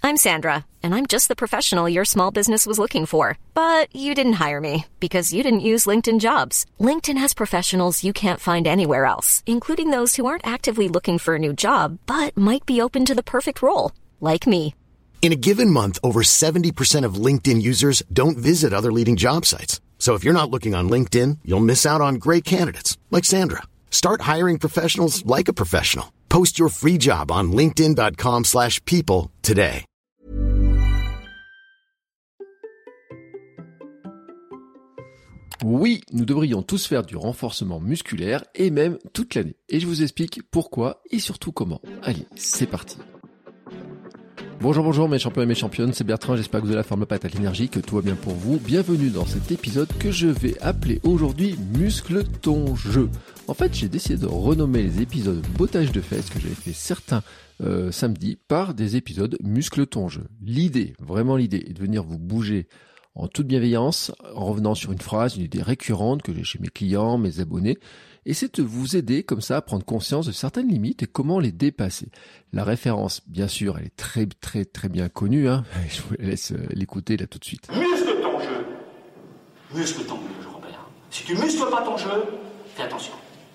I'm Sandra, and I'm just the professional your small business was looking for. But you didn't hire me because you didn't use LinkedIn Jobs. LinkedIn has professionals you can't find anywhere else, including those who aren't actively looking for a new job, but might be open to the perfect role, like me. In a given month, over 70% of LinkedIn users don't visit other leading job sites. So if you're not looking on LinkedIn, you'll miss out on great candidates like Sandra. Start hiring professionals like a professional. Post your free job on linkedin.com/people today. Oui, nous devrions tous faire du renforcement musculaire et même toute l'année. Et je vous explique pourquoi et surtout comment. Allez, c'est parti. Bonjour mes champions et mes championnes, c'est Bertrand, j'espère que vous avez la forme patate à l'énergie, que tout va bien pour vous. Bienvenue dans cet épisode que je vais appeler aujourd'hui Muscle ton jeu. En fait, j'ai décidé de renommer les épisodes bottage de fesses que j'avais fait certains samedis par des épisodes Muscle ton jeu. L'idée est de venir vous bouger en toute bienveillance, en revenant sur une phrase, une idée récurrente que j'ai chez mes clients, mes abonnés, et c'est de vous aider comme ça à prendre conscience de certaines limites et comment les dépasser. La référence, bien sûr, elle est très bien connue, hein. Je vous laisse l'écouter là tout de suite. Muscle ton jeu. Muscle ton jeu, Robert. Si tu muscles pas ton jeu, fais attention.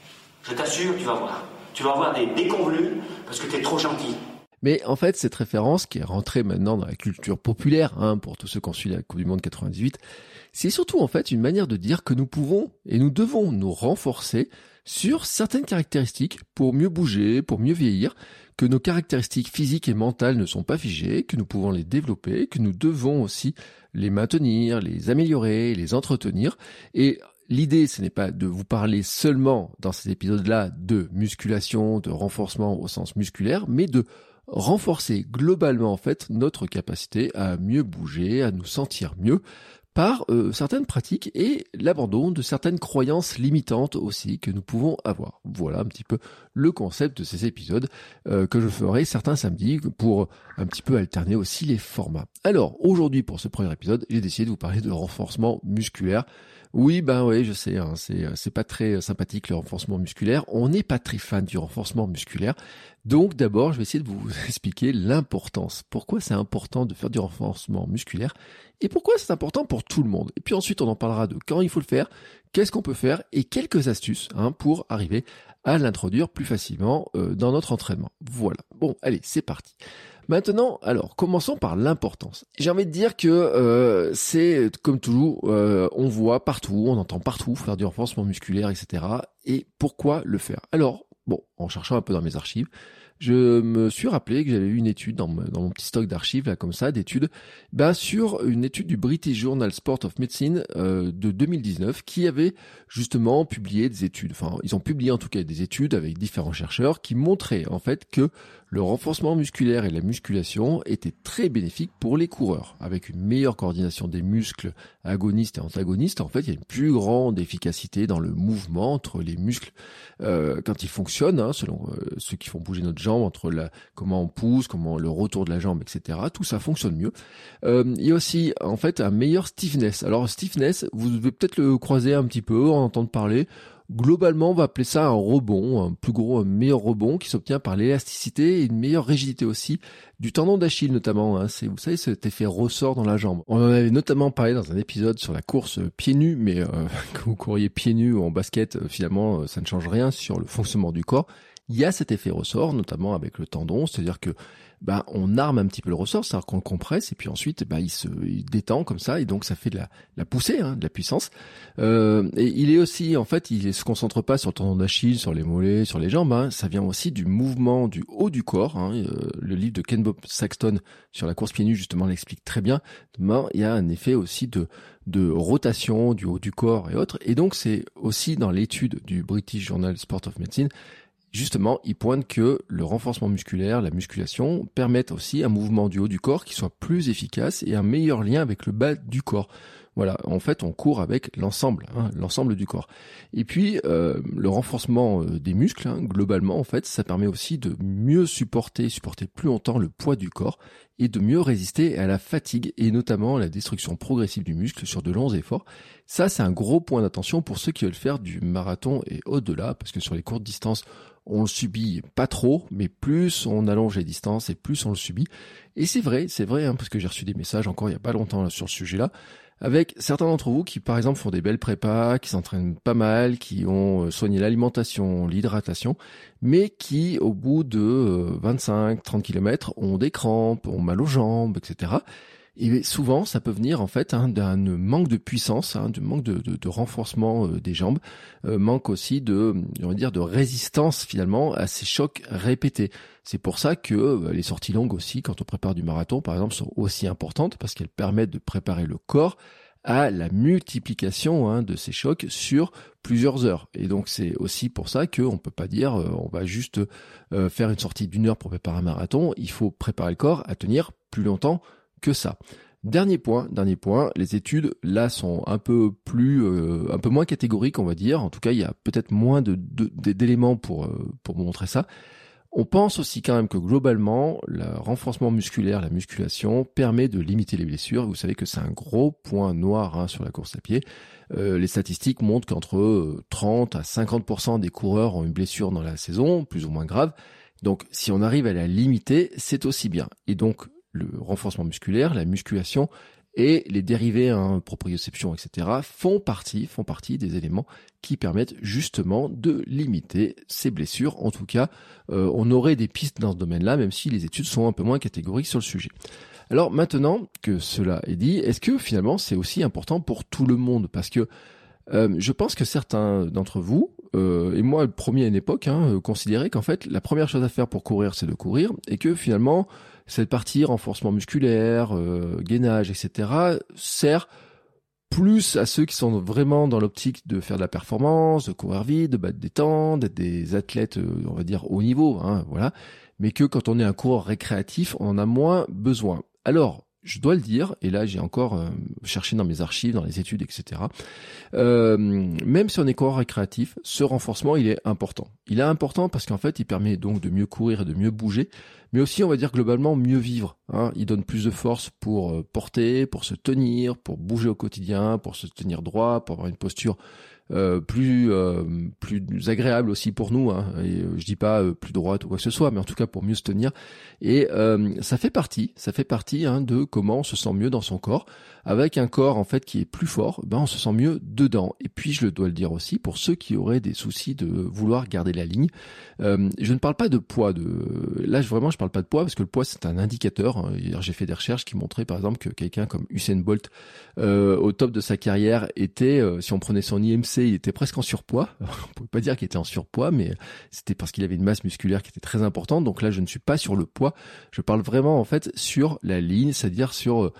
Je t'assure, tu vas voir. Tu vas avoir des déconvenus parce que t'es trop gentil. Mais en fait, cette référence qui est rentrée maintenant dans la culture populaire, hein, pour tous ceux qui ont suivi la Coupe du Monde 98, c'est surtout en fait une manière de dire que nous pouvons et nous devons nous renforcer sur certaines caractéristiques pour mieux bouger, pour mieux vieillir, que nos caractéristiques physiques et mentales ne sont pas figées, que nous pouvons les développer, que nous devons aussi les maintenir, les améliorer, les entretenir. Et l'idée, ce n'est pas de vous parler seulement dans ces épisodes-là de musculation, de renforcement au sens musculaire, mais de renforcer globalement en fait notre capacité à mieux bouger, à nous sentir mieux par certaines pratiques et l'abandon de certaines croyances limitantes aussi que nous pouvons avoir. Voilà un petit peu le concept de ces épisodes que je ferai certains samedis pour un petit peu alterner aussi les formats. Alors aujourd'hui pour ce premier épisode, j'ai décidé de vous parler de renforcement musculaire. Oui, je sais, hein, c'est pas très sympathique le renforcement musculaire. On n'est pas très fan du renforcement musculaire. Donc d'abord, je vais essayer de vous expliquer l'importance. Pourquoi c'est important de faire du renforcement musculaire et pourquoi c'est important pour tout le monde. Et puis ensuite, on en parlera de quand il faut le faire, qu'est-ce qu'on peut faire et quelques astuces pour arriver à l'introduire plus facilement dans notre entraînement. Voilà. Bon, allez, c'est parti. Maintenant, alors, commençons par l'importance. J'ai envie de dire que c'est, comme toujours, on voit partout, on entend partout faire du renforcement musculaire, etc. Et pourquoi le faire? Alors, en cherchant un peu dans mes archives, je me suis rappelé que j'avais eu une étude dans mon petit stock d'archives, là, comme ça, d'études, sur une étude du British Journal Sport of Medicine de 2019, qui avait justement publié des études. Enfin, ils ont publié en tout cas des études avec différents chercheurs qui montraient en fait que le renforcement musculaire et la musculation étaient très bénéfiques pour les coureurs. Avec une meilleure coordination des muscles agonistes et antagonistes, en fait, il y a une plus grande efficacité dans le mouvement entre les muscles quand ils fonctionnent, selon ceux qui font bouger notre jambe, entre comment on pousse, comment le retour de la jambe, etc. Tout ça fonctionne mieux. Il y a aussi, en fait, un meilleur stiffness. Alors, stiffness, vous devez peut-être le croiser un petit peu, en entendre parler. Globalement, on va appeler ça un rebond, un meilleur rebond qui s'obtient par l'élasticité et une meilleure rigidité aussi du tendon d'Achille notamment. C'est, vous savez, cet effet ressort dans la jambe. On en avait notamment parlé dans un épisode sur la course pieds nus, mais que vous couriez pieds nus ou en basket, finalement, ça ne change rien sur le fonctionnement du corps. Il y a cet effet ressort, notamment avec le tendon, c'est-à-dire que on arme un petit peu le ressort, c'est-à-dire qu'on le compresse et puis ensuite il détend comme ça et donc ça fait de la poussée, de la puissance. Et il est aussi, en fait, il se concentre pas sur le tendon d'Achille, sur les mollets, sur les jambes. Ça vient aussi du mouvement du haut du corps. Le livre de Ken Bob Saxton sur la course pieds nus justement l'explique très bien. Il y a un effet aussi de rotation du haut du corps et autres. Et donc c'est aussi dans l'étude du British Journal Sport of Medicine. Justement, il pointe que le renforcement musculaire, la musculation, permettent aussi un mouvement du haut du corps qui soit plus efficace et un meilleur lien avec le bas du corps. Voilà, en fait, on court avec l'ensemble du corps. Et puis, le renforcement des muscles, globalement, en fait, ça permet aussi de mieux supporter plus longtemps le poids du corps et de mieux résister à la fatigue et notamment à la destruction progressive du muscle sur de longs efforts. Ça, c'est un gros point d'attention pour ceux qui veulent faire du marathon et au-delà, parce que sur les courtes distances, on le subit pas trop, mais plus on allonge les distances et plus on le subit. Et c'est vrai, parce que j'ai reçu des messages encore il y a pas longtemps là, sur ce sujet-là, avec certains d'entre vous qui, par exemple, font des belles prépas, qui s'entraînent pas mal, qui ont soigné l'alimentation, l'hydratation, mais qui, au bout de 25-30 km, ont des crampes, ont mal aux jambes, etc. Et souvent, ça peut venir en fait d'un manque de puissance, de manque de renforcement des jambes, manque aussi de résistance finalement à ces chocs répétés. C'est pour ça que les sorties longues aussi, quand on prépare du marathon par exemple, sont aussi importantes parce qu'elles permettent de préparer le corps à la multiplication de ces chocs sur plusieurs heures. Et donc c'est aussi pour ça qu'on peut pas dire on va juste faire une sortie d'1 heure pour préparer un marathon. Il faut préparer le corps à tenir plus longtemps que ça. Dernier point, les études là sont un peu moins catégoriques, on va dire. En tout cas, il y a peut-être moins d'éléments pour montrer ça. On pense aussi quand même que globalement, le renforcement musculaire, la musculation, permet de limiter les blessures. Vous savez que c'est un gros point noir sur la course à pied. Les statistiques montrent qu'entre 30 à 50% des coureurs ont une blessure dans la saison, plus ou moins grave. Donc, si on arrive à la limiter, c'est aussi bien. Et donc, le renforcement musculaire, la musculation et les dérivés, proprioception, etc. font partie des éléments qui permettent justement de limiter ces blessures. En tout cas, on aurait des pistes dans ce domaine-là, même si les études sont un peu moins catégoriques sur le sujet. Alors maintenant que cela est dit, est-ce que finalement c'est aussi important pour tout le monde ? Parce que je pense que certains d'entre vous, et moi le premier à une époque, considéraient qu'en fait la première chose à faire pour courir, c'est de courir, et que finalement cette partie renforcement musculaire, gainage, etc. sert plus à ceux qui sont vraiment dans l'optique de faire de la performance, de courir vite, de battre des temps, d'être des athlètes, on va dire, haut niveau, voilà. Mais que quand on est un coureur récréatif, on en a moins besoin. Alors, je dois le dire, et là j'ai encore cherché dans mes archives, dans les études, etc. Même si on est coureur récréatif, ce renforcement il est important. Il est important parce qu'en fait il permet donc de mieux courir et de mieux bouger, mais aussi on va dire globalement mieux vivre. Il donne plus de force pour porter, pour se tenir, pour bouger au quotidien, pour se tenir droit, pour avoir une posture plus agréable aussi pour nous, et je dis pas plus droite ou quoi que ce soit, mais en tout cas pour mieux se tenir. Et ça fait partie de comment on se sent mieux dans son corps. Avec un corps en fait qui est plus fort, on se sent mieux dedans. Et puis je dois le dire aussi pour ceux qui auraient des soucis de vouloir garder la ligne. Je ne parle pas de poids. Là vraiment je parle pas de poids parce que le poids c'est un indicateur. J'ai fait des recherches qui montraient par exemple que quelqu'un comme Usain Bolt au top de sa carrière était, si on prenait son IMC, il était presque en surpoids. On pouvait pas dire qu'il était en surpoids, mais c'était parce qu'il avait une masse musculaire qui était très importante. Donc là je ne suis pas sur le poids. Je parle vraiment en fait sur la ligne, c'est-à-dire sur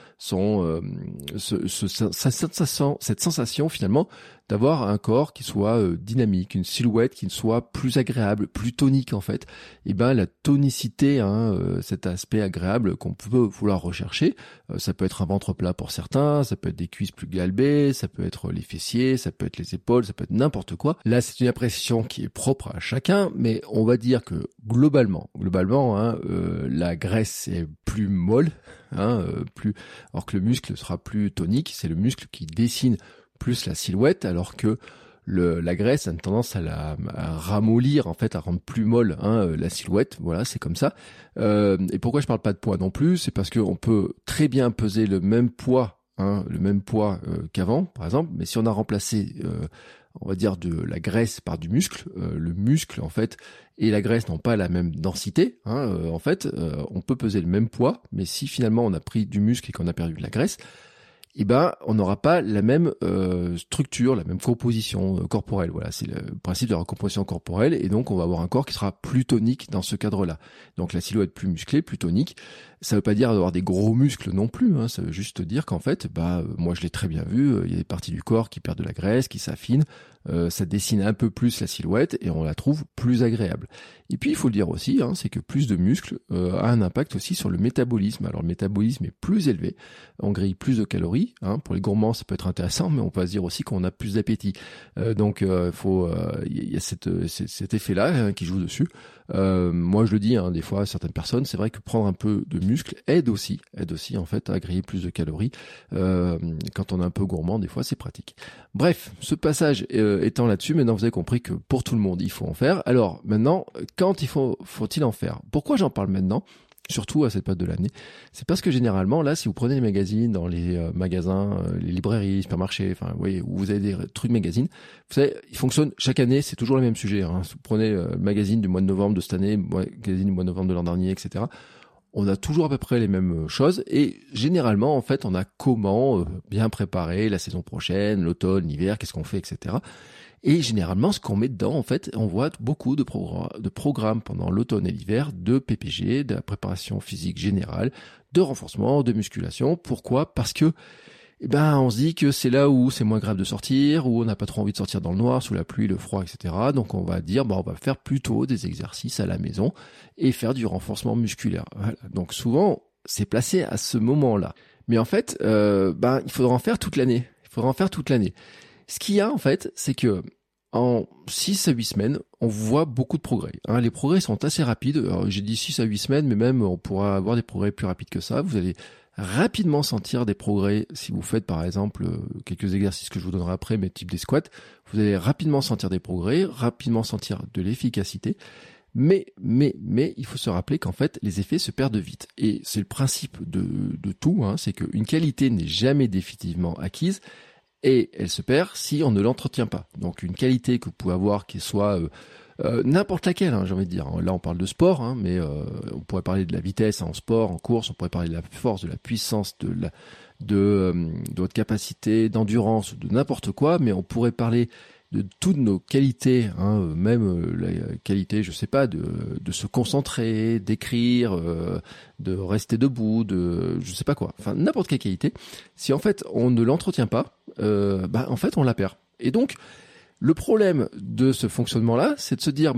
cette sensation finalement d'avoir un corps qui soit dynamique, une silhouette qui soit plus agréable, plus tonique en fait. Et la tonicité, cet aspect agréable qu'on peut vouloir rechercher, ça peut être un ventre plat pour certains, ça peut être des cuisses plus galbées, ça peut être les fessiers, ça peut être les épaules, ça peut être n'importe quoi. Là, c'est une appréciation qui est propre à chacun, mais on va dire que globalement, la graisse est plus molle, alors que le muscle sera plus tonique. C'est le muscle qui dessine plus la silhouette, alors que la graisse a une tendance à ramollir, en fait, à rendre plus molle la silhouette. Voilà, c'est comme ça. Et pourquoi je parle pas de poids non plus ? C'est parce qu'on peut très bien peser le même poids qu'avant, par exemple, mais si on a remplacé on va dire de la graisse par du muscle, le muscle en fait et la graisse n'ont pas la même densité, en fait, on peut peser le même poids, mais si finalement on a pris du muscle et qu'on a perdu de la graisse, on n'aura pas la même structure, la même composition corporelle. Voilà, c'est le principe de la recomposition corporelle, et donc on va avoir un corps qui sera plus tonique dans ce cadre-là. Donc la silhouette plus musclée, plus tonique. Ça veut pas dire d'avoir des gros muscles non plus, ça veut juste dire qu'en fait, moi je l'ai très bien vu, il y a des parties du corps qui perdent de la graisse, qui s'affinent, ça dessine un peu plus la silhouette et on la trouve plus agréable. Et puis il faut le dire aussi, c'est que plus de muscles a un impact aussi sur le métabolisme. Alors le métabolisme est plus élevé, on grille plus de calories. Pour les gourmands ça peut être intéressant, mais on peut se dire aussi qu'on a plus d'appétit. Donc il y a cet effet-là qui joue dessus. Moi je le dis, des fois à certaines personnes, c'est vrai que prendre un peu de muscle aide aussi en fait à griller plus de calories. Quand on est un peu gourmand, des fois c'est pratique. Bref, ce passage étant là-dessus, maintenant vous avez compris que pour tout le monde il faut en faire. Alors maintenant, quand faut-il en faire? Pourquoi j'en parle maintenant? Surtout à cette période de l'année, c'est parce que généralement, là, si vous prenez les magazines dans les magasins, les librairies, les supermarchés, enfin, vous voyez, où vous avez des trucs magazines, vous savez, ils fonctionnent chaque année, c'est toujours le même sujet. Si vous prenez le magazine du mois de novembre de cette année, magazine du mois de novembre de l'an dernier, etc., on a toujours à peu près les mêmes choses et généralement, en fait, on a comment bien préparer la saison prochaine, l'automne, l'hiver, qu'est-ce qu'on fait, etc. Et généralement, ce qu'on met dedans, en fait, on voit beaucoup de programmes pendant l'automne et l'hiver, de PPG, de la préparation physique générale, de renforcement, de musculation. Pourquoi? Parce que, on se dit que c'est là où c'est moins grave de sortir, où on n'a pas trop envie de sortir dans le noir, sous la pluie, le froid, etc. Donc on va dire, on va faire plutôt des exercices à la maison et faire du renforcement musculaire. Voilà. Donc souvent, c'est placé à ce moment-là. Mais en fait, il faudra en faire toute l'année. Ce qu'il y a en fait, c'est que en 6 à 8 semaines, on voit beaucoup de progrès. Les progrès sont assez rapides. Alors, j'ai dit 6 à 8 semaines, mais même on pourra avoir des progrès plus rapides que ça. Vous allez rapidement sentir des progrès si vous faites par exemple quelques exercices que je vous donnerai après, mais type des squats. Vous allez rapidement sentir des progrès, rapidement sentir de l'efficacité. Mais il faut se rappeler qu'en fait les effets se perdent vite. Et c'est le principe de tout, c'est qu'une qualité n'est jamais définitivement acquise. Et elle se perd si on ne l'entretient pas. Donc une qualité que vous pouvez avoir qui soit n'importe laquelle, j'ai envie de dire. Là on parle de sport, mais on pourrait parler de la vitesse en sport, en course, on pourrait parler de la force, de la puissance, de votre capacité d'endurance, de n'importe quoi, mais on pourrait parler de toutes nos qualités, même la qualité, je sais pas, de se concentrer, d'écrire, de rester debout, de je sais pas quoi, enfin n'importe quelle qualité. Si en fait on ne l'entretient pas, en fait on la perd. Et donc le problème de ce fonctionnement-là, c'est de se dire,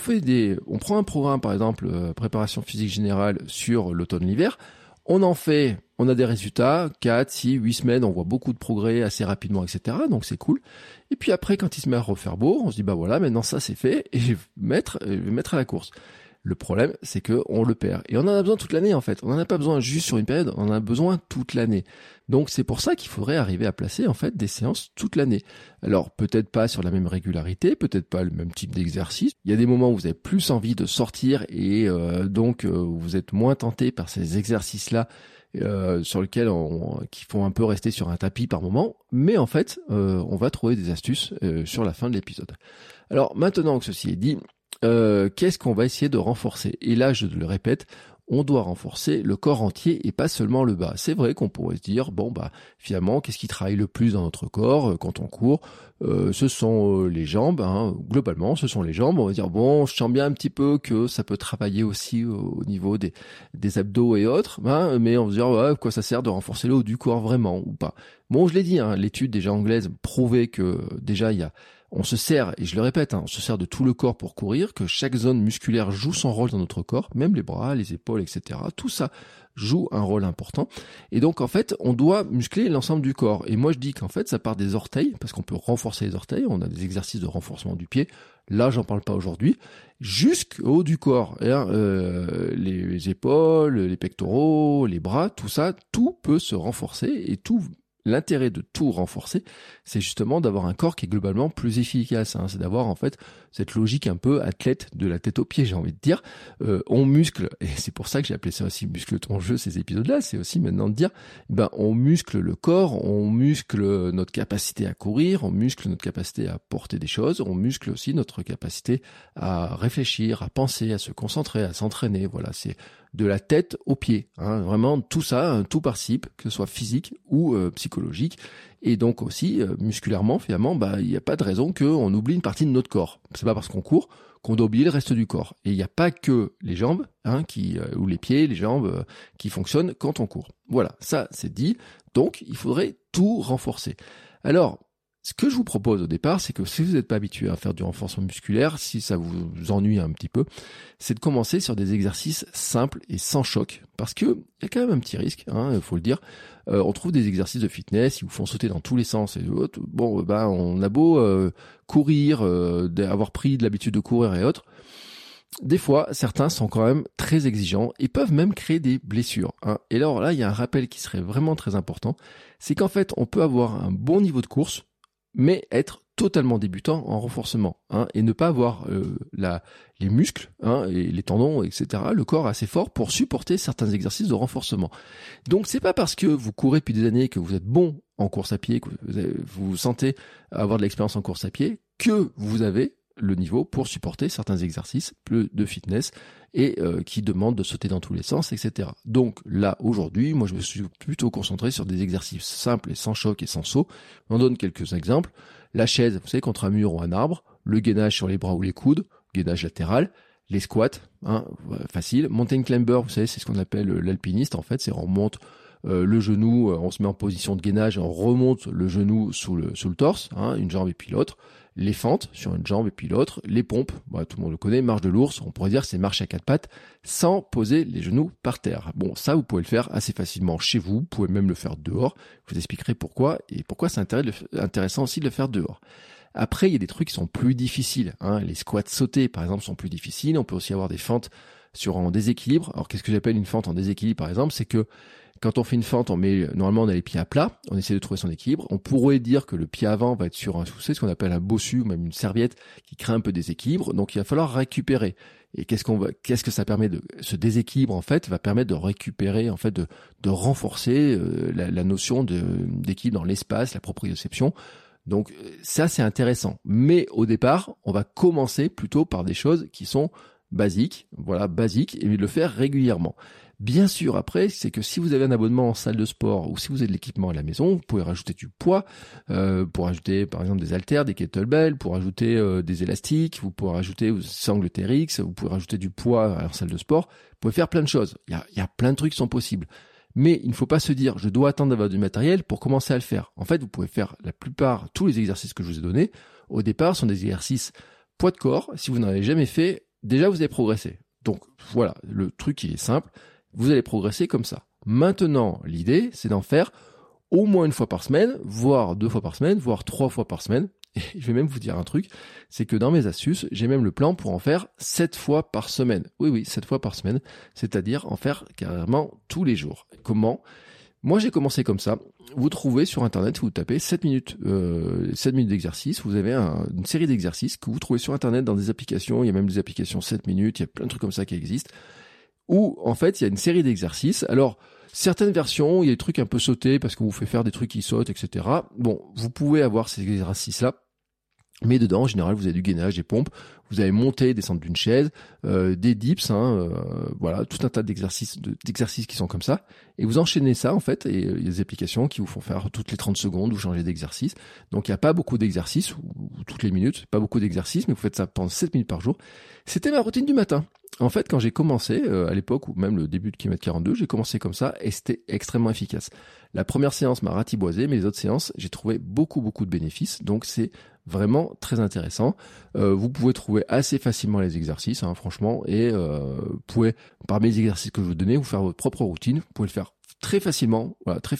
on prend un programme par exemple préparation physique générale sur l'automne-l'hiver. On a des résultats, 4, 6, 8 semaines, on voit beaucoup de progrès assez rapidement, etc. Donc c'est cool. Et puis après, quand il se met à refaire beau, on se dit, maintenant ça c'est fait, et je vais mettre à la course. Le problème, c'est que on le perd. Et on en a besoin toute l'année, en fait. On n'en a pas besoin juste sur une période, on en a besoin toute l'année. Donc c'est pour ça qu'il faudrait arriver à placer, en fait, des séances toute l'année. Alors peut-être pas sur la même régularité, peut-être pas le même type d'exercice. Il y a des moments où vous avez plus envie de sortir et donc vous êtes moins tenté par ces exercices-là sur lesquels qui font un peu rester sur un tapis par moment. Mais en fait, on va trouver des astuces sur la fin de l'épisode. Alors maintenant que ceci est dit, qu'est-ce qu'on va essayer de renforcer? Et là, je le répète, on doit renforcer le corps entier et pas seulement le bas. C'est vrai qu'on pourrait se dire, finalement, qu'est-ce qui travaille le plus dans notre corps quand on court? Ce sont les jambes, globalement, ce sont les jambes. On va dire, je sens bien un petit peu que ça peut travailler aussi au niveau des abdos et autres, mais on va se dire, quoi ça sert de renforcer le haut du corps vraiment ou pas? Bon, je l'ai dit, l'étude déjà anglaise prouvait que déjà on se sert, et je le répète, on se sert de tout le corps pour courir, que chaque zone musculaire joue son rôle dans notre corps, même les bras, les épaules, etc. Tout ça joue un rôle important. Et donc, en fait, on doit muscler l'ensemble du corps. Et moi, je dis qu'en fait, ça part des orteils, parce qu'on peut renforcer les orteils. On a des exercices de renforcement du pied. Là, j'en parle pas aujourd'hui. Jusqu'au haut du corps. Les épaules, les pectoraux, les bras, tout ça, tout peut se renforcer et tout. L'intérêt de tout renforcer, c'est justement d'avoir un corps qui est globalement plus efficace. C'est d'avoir en fait cette logique un peu athlète de la tête aux pieds, j'ai envie de dire. On muscle, et c'est pour ça que j'ai appelé ça aussi muscle ton jeu, ces épisodes-là, c'est aussi maintenant de dire, on muscle le corps, on muscle notre capacité à courir, on muscle notre capacité à porter des choses, on muscle aussi notre capacité à réfléchir, à penser, à se concentrer, à s'entraîner. Voilà, c'est de la tête aux pieds, vraiment tout ça, tout participe, que ce soit physique ou psychologique, et donc aussi musculairement finalement, il n'y a pas de raison qu'on oublie une partie de notre corps. C'est pas parce qu'on court qu'on doit oublier le reste du corps. Et il n'y a pas que les jambes, ou les pieds, les jambes qui fonctionnent quand on court. Voilà, ça c'est dit. Donc il faudrait tout renforcer. Alors Ce que je vous propose au départ, c'est que si vous n'êtes pas habitué à faire du renforcement musculaire, si ça vous ennuie un petit peu, c'est de commencer sur des exercices simples et sans choc, parce que il y a quand même un petit risque, il faut le dire. On trouve des exercices de fitness, ils vous font sauter dans tous les sens. Et bon, on a beau courir, avoir pris de l'habitude de courir et autres. Des fois, certains sont quand même très exigeants et peuvent même créer des blessures. Et alors là, il y a un rappel qui serait vraiment très important, c'est qu'en fait, on peut avoir un bon niveau de course, mais être totalement débutant en renforcement, et ne pas avoir les muscles, et les tendons, etc., le corps assez fort pour supporter certains exercices de renforcement. Donc c'est pas parce que vous courez depuis des années que vous êtes bon en course à pied, que vous vous sentez avoir de l'expérience en course à pied, que vous avez le niveau pour supporter certains exercices de fitness et qui demandent de sauter dans tous les sens, etc. Donc là, aujourd'hui, moi je me suis plutôt concentré sur des exercices simples et sans choc et sans saut. On donne quelques exemples. La chaise, vous savez, contre un mur ou un arbre, le gainage sur les bras ou les coudes, gainage latéral, les squats, facile. Mountain climber, vous savez, c'est ce qu'on appelle l'alpiniste, en fait, c'est on monte le genou, on se met en position de gainage et on remonte le genou sous le torse, une jambe et puis l'autre. Les fentes sur une jambe et puis l'autre, les pompes, tout le monde le connaît, marche de l'ours, on pourrait dire c'est marche à quatre pattes sans poser les genoux par terre. Bon, ça vous pouvez le faire assez facilement chez vous, vous pouvez même le faire dehors, je vous expliquerai pourquoi et pourquoi c'est intéressant aussi de le faire dehors. Après, il y a des trucs qui sont plus difficiles, les squats sautés par exemple sont plus difficiles, on peut aussi avoir des fentes en déséquilibre. Alors qu'est-ce que j'appelle une fente en déséquilibre par exemple, c'est que quand on fait une fente, normalement on a les pieds à plat, on essaie de trouver son équilibre. On pourrait dire que le pied avant va être sur ce qu'on appelle un bossu ou même une serviette qui crée un peu déséquilibre. Donc il va falloir récupérer. Et qu'est-ce que ça permet ce déséquilibre en fait va permettre de récupérer en fait de renforcer la notion d'équilibre dans l'espace, la proprioception. Donc ça c'est intéressant. Mais au départ, on va commencer plutôt par des choses qui sont basiques, et le faire régulièrement. Bien sûr, après, c'est que si vous avez un abonnement en salle de sport ou si vous avez de l'équipement à la maison, vous pouvez rajouter du poids, pour ajouter par exemple des haltères, des kettlebells, pour ajouter des élastiques, vous pouvez rajouter des sangles TRX, vous pouvez rajouter du poids en salle de sport, vous pouvez faire plein de choses. Il y a plein de trucs qui sont possibles. Mais il ne faut pas se dire, je dois attendre d'avoir du matériel pour commencer à le faire. En fait, vous pouvez faire tous les exercices que je vous ai donnés. Au départ, sont des exercices poids de corps. Si vous n'en avez jamais fait, déjà vous avez progressé. Donc voilà, le truc il est simple. Vous allez progresser comme ça. Maintenant, l'idée, c'est d'en faire au moins une fois par semaine, voire 2 fois par semaine, voire 3 fois par semaine. Et je vais même vous dire un truc, c'est que dans mes astuces, j'ai même le plan pour en faire 7 fois par semaine. Oui, 7 fois par semaine, c'est-à-dire en faire carrément tous les jours. Comment ? Moi, j'ai commencé comme ça. Vous trouvez sur Internet, si vous tapez 7 minutes d'exercice, vous avez une série d'exercices que vous trouvez sur Internet dans des applications. Il y a même des applications 7 minutes, il y a plein de trucs comme ça qui existent. Où, en fait, il y a une série d'exercices. Alors, certaines versions, il y a des trucs un peu sautés parce qu'on vous fait faire des trucs qui sautent, etc. Bon, vous pouvez avoir ces exercices-là. Mais dedans, en général, vous avez du gainage, des pompes, vous avez monté, descendre d'une chaise, des dips, tout un tas d'exercices qui sont comme ça. Et vous enchaînez ça, en fait, et il y a des applications qui vous font faire toutes les 30 secondes, vous changez d'exercice. Donc, il n'y a pas beaucoup d'exercices, ou toutes les minutes, pas beaucoup d'exercices, mais vous faites ça pendant 7 minutes par jour. C'était ma routine du matin. En fait, quand j'ai commencé, à l'époque, ou même le début de Kilomètre 42, j'ai commencé comme ça, et c'était extrêmement efficace. La première séance m'a ratiboisé, mais les autres séances, j'ai trouvé beaucoup de bénéfices. Donc, c'est vraiment très intéressant. Vous pouvez trouver assez facilement les exercices, franchement, et vous pouvez, parmi les exercices que je vous donnais, vous faire votre propre routine. Vous pouvez le faire très facilement,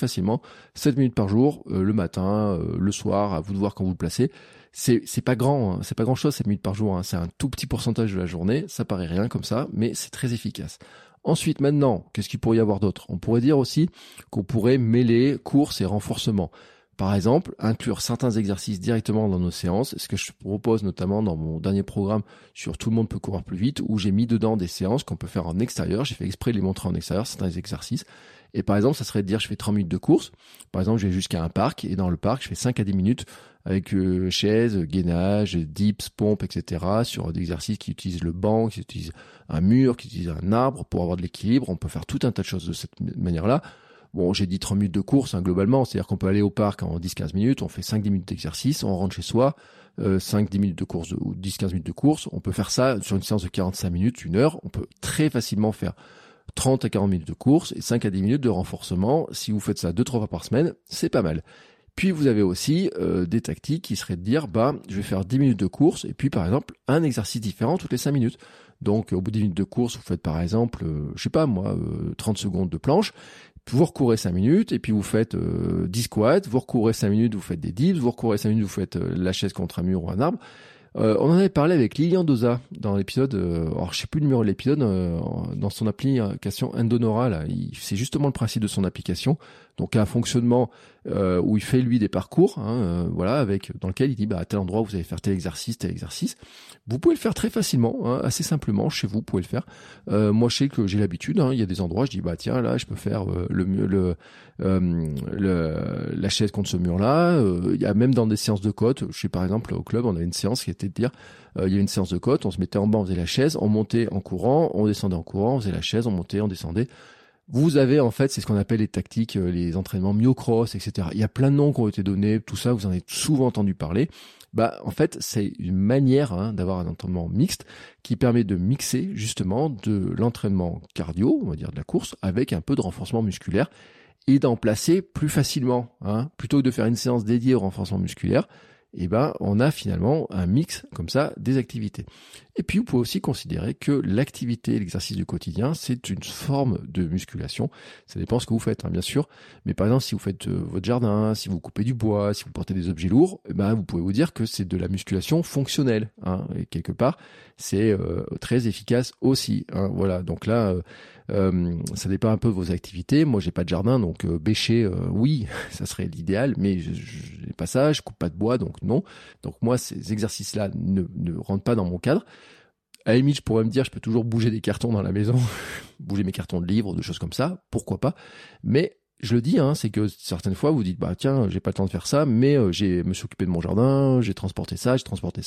7 minutes par jour, le matin, le soir, à vous de voir quand vous le placez. C'est pas grand, c'est pas grand chose 7 minutes par jour, c'est un tout petit pourcentage de la journée, ça paraît rien comme ça, mais c'est très efficace. Ensuite, maintenant, qu'est-ce qu'il pourrait y avoir d'autre ? On pourrait dire aussi qu'on pourrait mêler course et renforcement. Par exemple, inclure certains exercices directement dans nos séances, ce que je propose notamment dans mon dernier programme sur Tout le monde peut courir plus vite, où j'ai mis dedans des séances qu'on peut faire en extérieur. J'ai fait exprès de les montrer en extérieur, certains exercices. Et par exemple, ça serait de dire je fais 30 minutes de course. Par exemple, je vais jusqu'à un parc, et dans le parc, je fais 5 à 10 minutes avec chaise, gainage, dips, pompes, etc. sur des exercices qui utilisent le banc, qui utilisent un mur, qui utilisent un arbre pour avoir de l'équilibre. On peut faire tout un tas de choses de cette manière-là. Bon, j'ai dit 30 minutes de course globalement, c'est-à-dire qu'on peut aller au parc en 10-15 minutes, on fait 5-10 minutes d'exercice, on rentre chez soi, 5-10 minutes de course ou 10-15 minutes de course. On peut faire ça sur une séance de 45 minutes, 1 heure. On peut très facilement faire 30 à 40 minutes de course et 5 à 10 minutes de renforcement. Si vous faites ça 2-3 fois par semaine, c'est pas mal. Puis vous avez aussi des tactiques qui seraient de dire, je vais faire 10 minutes de course et puis par exemple un exercice différent toutes les 5 minutes. Donc au bout de 10 minutes de course, vous faites par exemple, 30 secondes de planche, vous recourez 5 minutes et puis vous faites 10 squats, vous recourez 5 minutes, vous faites des dips, vous recourez 5 minutes, vous faites la chaise contre un mur ou un arbre. On en avait parlé avec Lilian Doza dans l'épisode, alors je sais plus le numéro de l'épisode, dans son application Endonora, là, c'est justement le principe de son application, donc un fonctionnement où il fait lui des parcours, dans lequel il dit à tel endroit vous allez faire tel exercice. Vous pouvez le faire très facilement, assez simplement chez vous, pouvez le faire. Moi je sais que j'ai l'habitude, il y a des endroits je dis tiens là je peux faire la chaise contre ce mur là. Il y a même dans des séances de côte, je sais par exemple au club on avait une séance qui était de dire il y avait une séance de côte, on se mettait en bas, on faisait la chaise, on montait en courant, on descendait en courant, on faisait la chaise, on montait, on descendait. Vous avez en fait, c'est ce qu'on appelle les tactiques, les entraînements myocross, etc. Il y a plein de noms qui ont été donnés, tout ça, vous en avez souvent entendu parler. En fait, c'est une manière d'avoir un entraînement mixte qui permet de mixer justement de l'entraînement cardio, on va dire de la course, avec un peu de renforcement musculaire et d'en placer plus facilement. Plutôt que de faire une séance dédiée au renforcement musculaire, on a finalement un mix comme ça des activités. Et puis vous pouvez aussi considérer que l'activité, l'exercice du quotidien, c'est une forme de musculation. Ça dépend ce que vous faites, bien sûr. Mais par exemple, si vous faites votre jardin, si vous coupez du bois, si vous portez des objets lourds, vous pouvez vous dire que c'est de la musculation fonctionnelle. Et quelque part, c'est très efficace aussi. Voilà. Donc là, ça dépend un peu de vos activités. Moi, j'ai pas de jardin, donc bêcher, oui, ça serait l'idéal, mais je n'ai pas ça, je coupe pas de bois, donc non. Donc moi, ces exercices-là ne rentrent pas dans mon cadre. À la limite, je pourrais me dire, je peux toujours bouger des cartons dans la maison, bouger mes cartons de livres, de choses comme ça, pourquoi pas. Mais je le dis, c'est que certaines fois, vous dites, tiens, j'ai pas le temps de faire ça, mais je me suis occupé de mon jardin, j'ai transporté ça.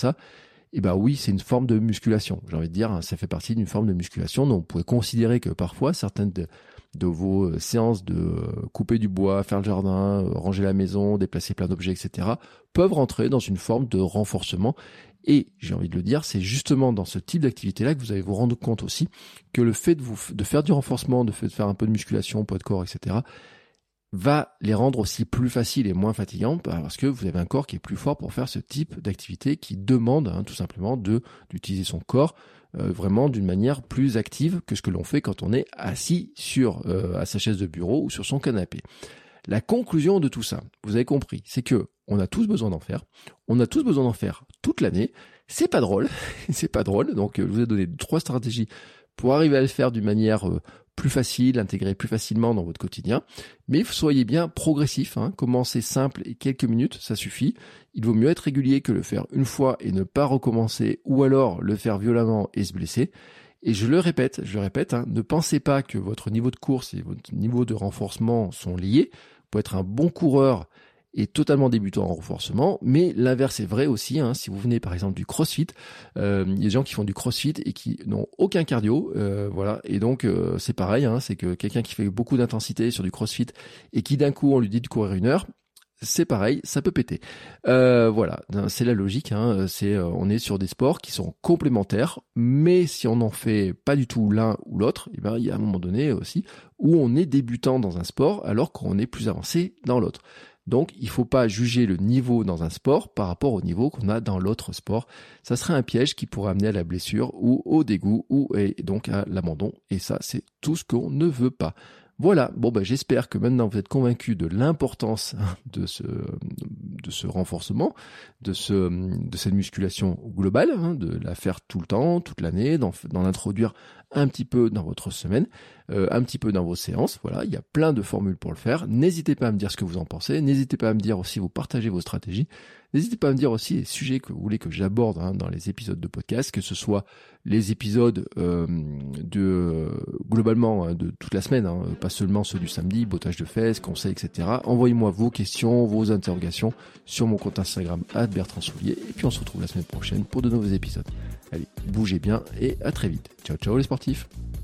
Et oui, c'est une forme de musculation. J'ai envie de dire, ça fait partie d'une forme de musculation. Donc, vous pouvez considérer que parfois, certaines de vos séances de couper du bois, faire le jardin, ranger la maison, déplacer plein d'objets, etc., peuvent rentrer dans une forme de renforcement. Et j'ai envie de le dire, c'est justement dans ce type d'activité-là que vous allez vous rendre compte aussi que le fait de faire du renforcement, de faire un peu de musculation, poids de corps, etc., va les rendre aussi plus faciles et moins fatigants parce que vous avez un corps qui est plus fort pour faire ce type d'activité qui demande tout simplement d'utiliser son corps vraiment d'une manière plus active que ce que l'on fait quand on est assis à sa chaise de bureau ou sur son canapé. La conclusion de tout ça, vous avez compris, c'est que on a tous besoin d'en faire. On a tous besoin d'en faire toute l'année. C'est pas drôle, Donc, je vous ai donné 3 stratégies pour arriver à le faire d'une manière plus facile, l'intégrer plus facilement dans votre quotidien. Mais soyez bien progressif. Commencez simple et quelques minutes, ça suffit. Il vaut mieux être régulier que le faire une fois et ne pas recommencer, ou alors le faire violemment et se blesser. Et je le répète, ne pensez pas que votre niveau de course et votre niveau de renforcement sont liés. Vous pouvez être un bon coureur et totalement débutant en renforcement, mais l'inverse est vrai aussi. Si vous venez par exemple du crossfit, il y a des gens qui font du crossfit et qui n'ont aucun cardio, et donc c'est pareil, c'est que quelqu'un qui fait beaucoup d'intensité sur du crossfit et qui d'un coup on lui dit de courir 1 heure, c'est pareil, ça peut péter. C'est la logique. On est sur des sports qui sont complémentaires, mais si on n'en fait pas du tout l'un ou l'autre, il y a un moment donné aussi où on est débutant dans un sport alors qu'on est plus avancé dans l'autre. Donc, il ne faut pas juger le niveau dans un sport par rapport au niveau qu'on a dans l'autre sport. Ça serait un piège qui pourrait amener à la blessure ou au dégoût et donc à l'abandon. Et ça, c'est tout ce qu'on ne veut pas. Voilà, j'espère que maintenant vous êtes convaincus de l'importance de ce renforcement, de cette musculation globale, de la faire tout le temps, toute l'année, d'en l'introduire un petit peu dans votre semaine, un petit peu dans vos séances. Voilà, il y a plein de formules pour le faire. N'hésitez pas à me dire ce que vous en pensez. N'hésitez pas à me dire aussi vous partagez vos stratégies. N'hésitez pas à me dire aussi les sujets que vous voulez que j'aborde dans les épisodes de podcast, que ce soit les épisodes globalement de toute la semaine, pas seulement ceux du samedi, bottage de fesses, conseils, etc. Envoyez-moi vos questions, vos interrogations sur mon compte Instagram @BertrandSoulier. Et puis on se retrouve la semaine prochaine pour de nouveaux épisodes. Allez, bougez bien et à très vite. Ciao, ciao les sportifs.